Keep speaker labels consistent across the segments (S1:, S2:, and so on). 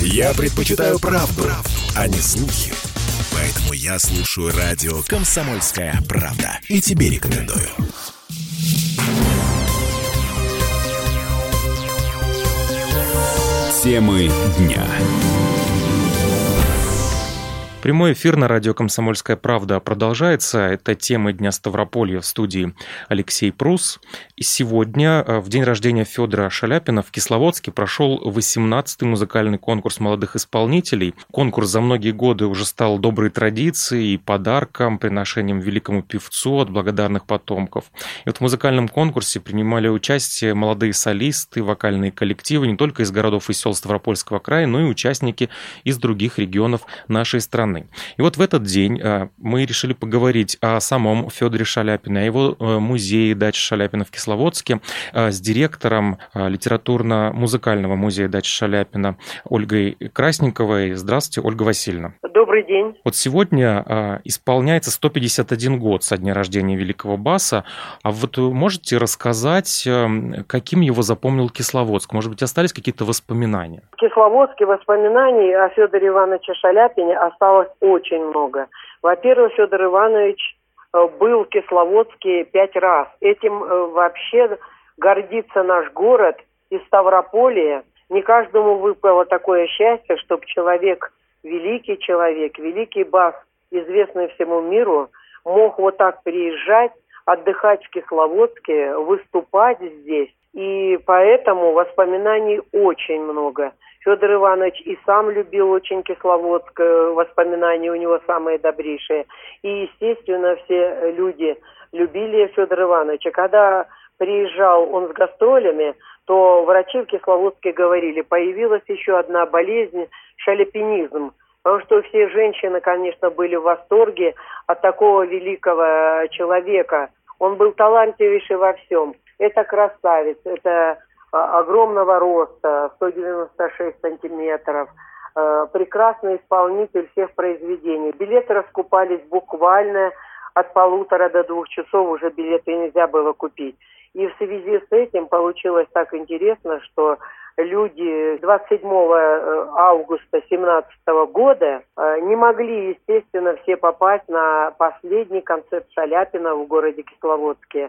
S1: Я предпочитаю правду, а не слухи. Поэтому я слушаю радио «Комсомольская правда». И тебе рекомендую. Темы дня.
S2: Прямой эфир на радио «Комсомольская правда» продолжается. Это темы Дня Ставрополья, в студии Алексей Прус. И сегодня, в день рождения Федора Шаляпина, в Кисловодске прошел 18-й музыкальный конкурс молодых исполнителей. Конкурс за многие годы уже стал доброй традицией и подарком, приношением великому певцу от благодарных потомков. И вот в музыкальном конкурсе принимали участие молодые солисты, вокальные коллективы не только из городов и сел Ставропольского края, но и участники из других регионов нашей страны. И вот в этот день мы решили поговорить о самом Федоре Шаляпине, о его музее «Дача Шаляпина» в Кисловодске с директором литературно-музыкального музея «Дача Шаляпина» Ольгой Красниковой. Здравствуйте, Ольга Васильевна.
S3: Добрый день.
S2: Вот сегодня исполняется 151 год со дня рождения великого баса. А вот можете рассказать, каким его запомнил Кисловодск? Может быть, остались какие-то воспоминания?
S3: В Кисловодске воспоминаний о Федоре Ивановиче Шаляпине осталось очень много. Во-первых, Федор Иванович был в Кисловодске 5 раз. Этим вообще гордится наш город и Ставрополье. Не каждому выпало такое счастье, чтобы великий бас, известный всему миру, мог вот так приезжать, отдыхать в Кисловодске, выступать здесь. И поэтому воспоминаний очень много. Федор Иванович и сам любил очень Кисловодск, воспоминания у него самые добрейшие. И, естественно, все люди любили Федора Ивановича. Когда приезжал он с гастролями, то врачи в Кисловодске говорили, появилась еще одна болезнь – шаляпинизм. Потому что все женщины, конечно, были в восторге от такого великого человека. Он был талантливейший во всем. Это красавец, это огромного роста, 196 сантиметров, прекрасный исполнитель всех произведений. Билеты раскупались буквально от 1,5 до 2 часов, уже билеты нельзя было купить. И в связи с этим получилось так интересно, что люди 27 августа 2017 года не могли, естественно, все попасть на последний концерт Шаляпина в городе Кисловодске,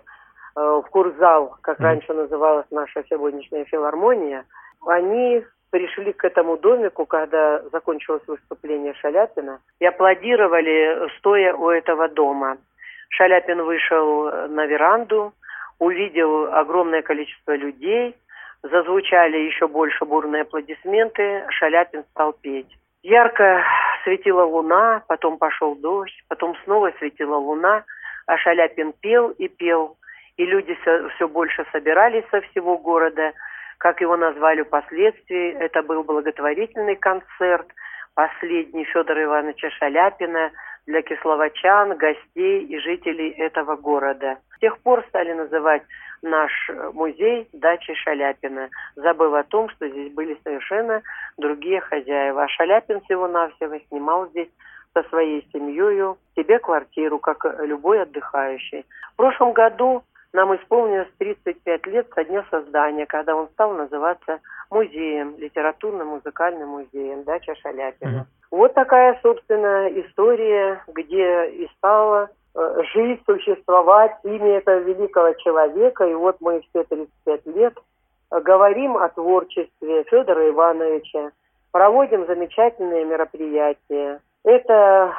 S3: в курзал, как раньше называлась наша сегодняшняя филармония. Они пришли к этому домику, когда закончилось выступление Шаляпина, и аплодировали, стоя у этого дома. Шаляпин вышел на веранду, увидел огромное количество людей, зазвучали еще больше бурные аплодисменты, Шаляпин стал петь. Ярко светила луна, потом пошел дождь, потом снова светила луна, а Шаляпин пел и пел. И люди все больше собирались со всего города, как его назвали впоследствии. Это был благотворительный концерт, последний Федора Ивановича Шаляпина для кисловодчан, гостей и жителей этого города. С тех пор стали называть наш музей «Дачей Шаляпина», забыв о том, что здесь были совершенно другие хозяева. А Шаляпин всего-навсего снимал здесь со своей семьей себе квартиру, как любой отдыхающий. В прошлом году нам исполнилось 35 лет со дня создания, когда он стал называться музеем, литературно-музыкальным музеем «Дача Шаляпина». Вот такая, собственно, история, где и стала жить, существовать имя этого великого человека. И вот мы все 35 лет говорим о творчестве Федора Ивановича, проводим замечательные мероприятия. Это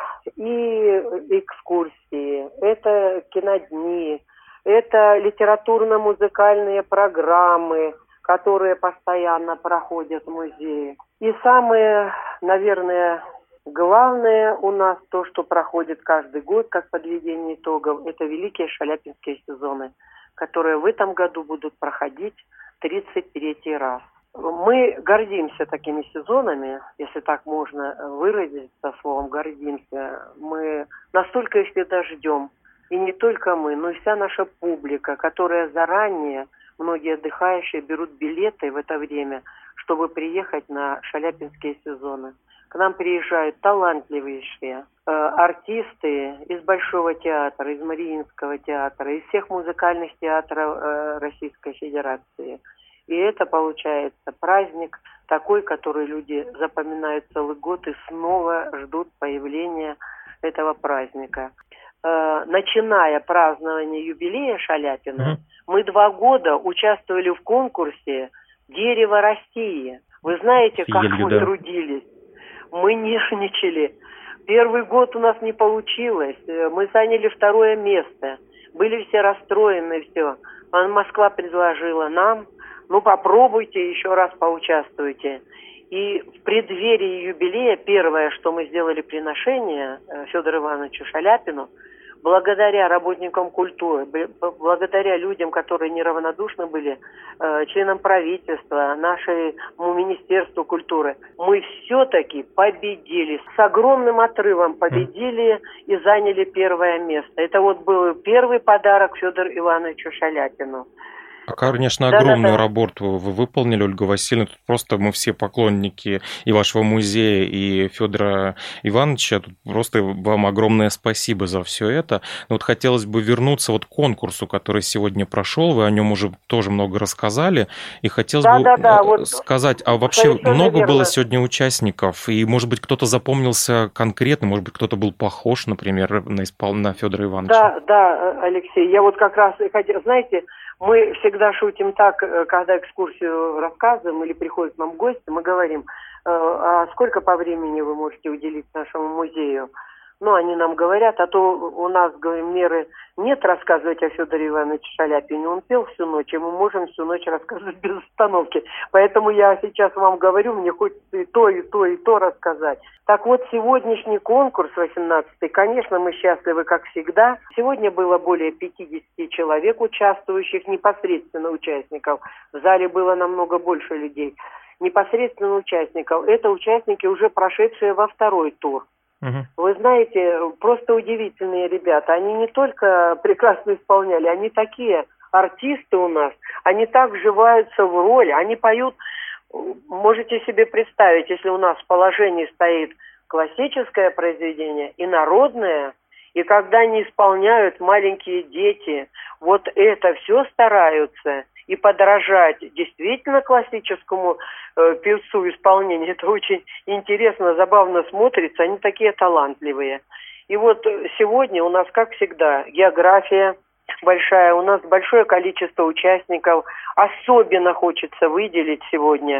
S3: и экскурсии, это кинодни, это литературно-музыкальные программы, которые постоянно проходят в музее. И самое, наверное, главное у нас то, что проходит каждый год, как подведение итогов, это великие шаляпинские сезоны, которые в этом году будут проходить 33-й раз. Мы гордимся такими сезонами, если так можно выразиться словом «гордимся». Мы настолько их всегда ждем. И не только мы, но и вся наша публика, которая заранее, многие отдыхающие берут билеты в это время, чтобы приехать на шаляпинские сезоны. К нам приезжают талантливейшие артисты из Большого театра, из Мариинского театра, из всех музыкальных театров Российской Федерации. И это получается праздник такой, который люди запоминают целый год и снова ждут появления этого праздника. Начиная празднование юбилея Шаляпина, мы 2 года участвовали в конкурсе «Дерево России». Вы знаете, как мы трудились? Мы нервничали. Первый год у нас не получилось. Мы заняли 2 место. Были все расстроены, все. Москва предложила нам, попробуйте, еще раз поучаствуйте. И в преддверии юбилея первое, что мы сделали приношение Федору Ивановичу Шаляпину, благодаря работникам культуры, благодаря людям, которые неравнодушны были, членам правительства, нашему Министерству культуры, мы все-таки победили. С огромным отрывом победили и заняли 1 место. Это был первый подарок Федору Ивановичу Шаляпину.
S2: Конечно, огромную работу вы выполнили, Ольга Васильевна. Тут просто мы все поклонники и вашего музея, и Федора Ивановича. Тут просто вам огромное спасибо за все это. Но хотелось бы вернуться к конкурсу, который сегодня прошел. Вы о нем уже тоже много рассказали. И хотелось бы сказать, а вообще много было сегодня участников? И, может быть, кто-то запомнился конкретно, может быть, кто-то был похож, например, на Федора Ивановича?
S3: Да, Алексей. Я как раз хотел, знаете, мы всегда шутим так, когда экскурсию рассказываем или приходят к нам гости, мы говорим, а сколько по времени вы можете уделить нашему музею? Они нам говорят, а то у нас, говорим, меры нет рассказывать о Федоре Ивановиче Шаляпине. Он пел всю ночь, и мы можем всю ночь рассказывать без остановки. Поэтому я сейчас вам говорю, мне хочется и то, и то, и то рассказать. Так вот, сегодняшний конкурс, 18-й, конечно, мы счастливы, как всегда. Сегодня было более 50 человек участвующих, непосредственно участников. В зале было намного больше людей. Непосредственно участников. Это участники, уже прошедшие во 2-й тур. Вы знаете, просто удивительные ребята. Они не только прекрасно исполняли, они такие артисты у нас. Они так вживаются в роль, они поют. Можете себе представить, если у нас в положении стоит классическое произведение и народное, и когда они исполняют маленькие дети, это все стараются и подражать действительно классическому певцу исполнения. Это очень интересно, забавно смотрится, они такие талантливые. И сегодня у нас, как всегда, география большая, у нас большое количество участников. Особенно хочется выделить сегодня.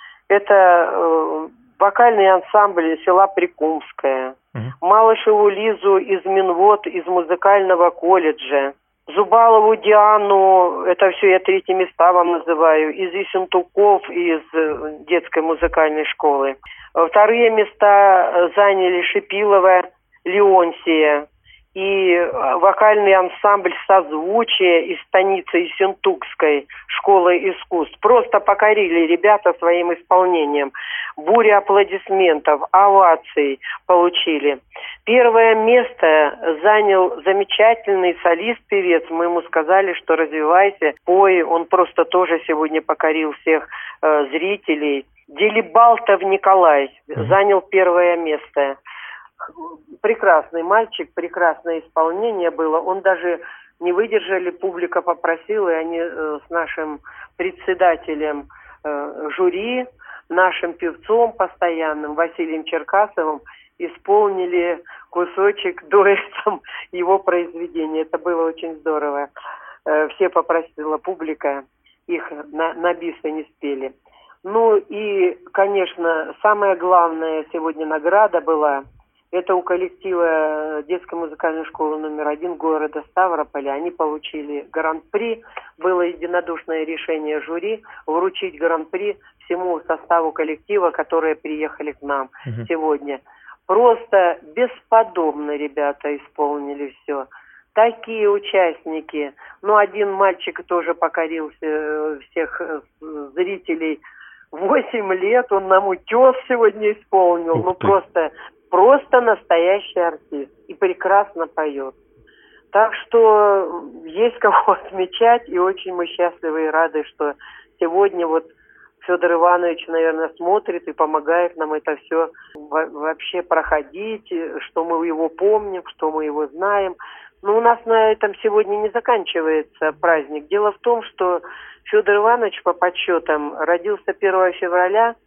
S3: Это вокальный ансамбль села Прикумское, Малышеву Лизу из Минвод, из музыкального колледжа, Зубалову Диану, это все я 3 места вам называю, из Ессентуков, из детской музыкальной школы. 2 места заняли Шипилова Леонсия и вокальный ансамбль «Созвучие» из станицы Ессентукской школы искусств. Просто покорили ребята своим исполнением. Буря аплодисментов, оваций получили. 1 место занял замечательный солист-певец. Мы ему сказали, что развивайся, пой. Он просто тоже сегодня покорил всех зрителей. Делибалтов Николай занял 1 место. Прекрасный мальчик, прекрасное исполнение было. Он даже не выдержали, публика попросила, и они с нашим председателем жюри, нашим певцом постоянным Василием Черкасовым исполнили кусочек дуэтом его произведения. Это было очень здорово. Все попросила публика, их на бисы не спели. И, конечно, самая главная сегодня награда была. Это у коллектива детской музыкальной школы номер 1 города Ставрополя. Они получили гран-при. Было единодушное решение жюри вручить гран-при всему составу коллектива, которые приехали к нам сегодня. Просто бесподобно ребята исполнили все. Такие участники. Один мальчик тоже покорил всех зрителей. 8 лет он нам «Утес» сегодня исполнил. Просто настоящий артист. И прекрасно поет. Так что есть кого отмечать. И очень мы счастливы и рады, что сегодня Федор Иванович, наверное, смотрит и помогает нам это все вообще проходить, что мы его помним, что мы его знаем. Но у нас на этом сегодня не заканчивается праздник. Дело в том, что Федор Иванович, по подсчетам, родился 1 февраля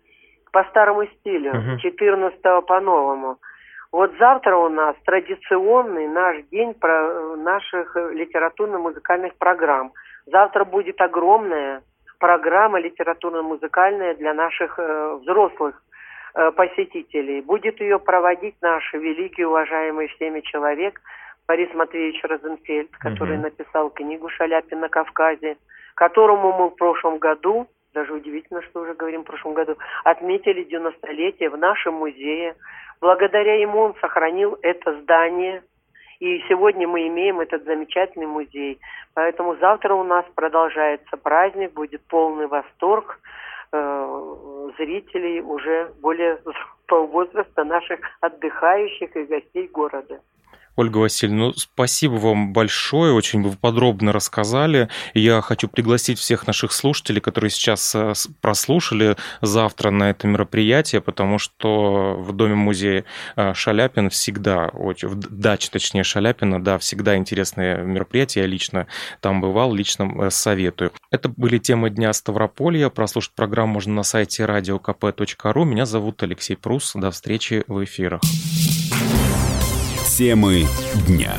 S3: по старому стилю, 14-го по-новому. Вот завтра у нас традиционный наш день наших литературно-музыкальных программ. Завтра будет огромная программа литературно-музыкальная для наших взрослых посетителей. Будет ее проводить наш великий, уважаемый всеми человек Борис Матвеевич Розенфельд, который написал книгу «Шаляпин на Кавказе», которому мы в прошлом году, даже удивительно, что уже говорим в прошлом году, отметили 90-летие в нашем музее. Благодаря ему он сохранил это здание, и сегодня мы имеем этот замечательный музей. Поэтому завтра у нас продолжается праздник, будет полный восторг зрителей уже более по возрасту наших отдыхающих и гостей города.
S2: Ольга Васильевна, спасибо вам большое, очень вы подробно рассказали. Я хочу пригласить всех наших слушателей, которые сейчас прослушали, завтра на это мероприятие, потому что в Доме-музее Шаляпин всегда, в даче, точнее, Шаляпина, да, всегда интересные мероприятия. Я лично там бывал, лично советую. Это были темы Дня Ставрополья. Прослушать программу можно на сайте radiokp.ru. Меня зовут Алексей Прус. До встречи в эфирах.
S1: Темы дня.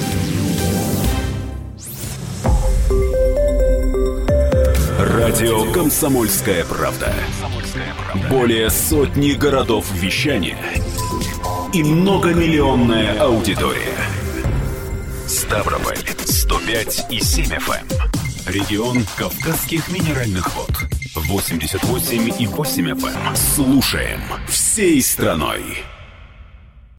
S1: Радио «Комсомольская правда». Более сотни городов вещания и многомиллионная аудитория. Ставрополь 105,7 FM. Регион Кавказских минеральных вод 88,8 FM. Слушаем всей страной.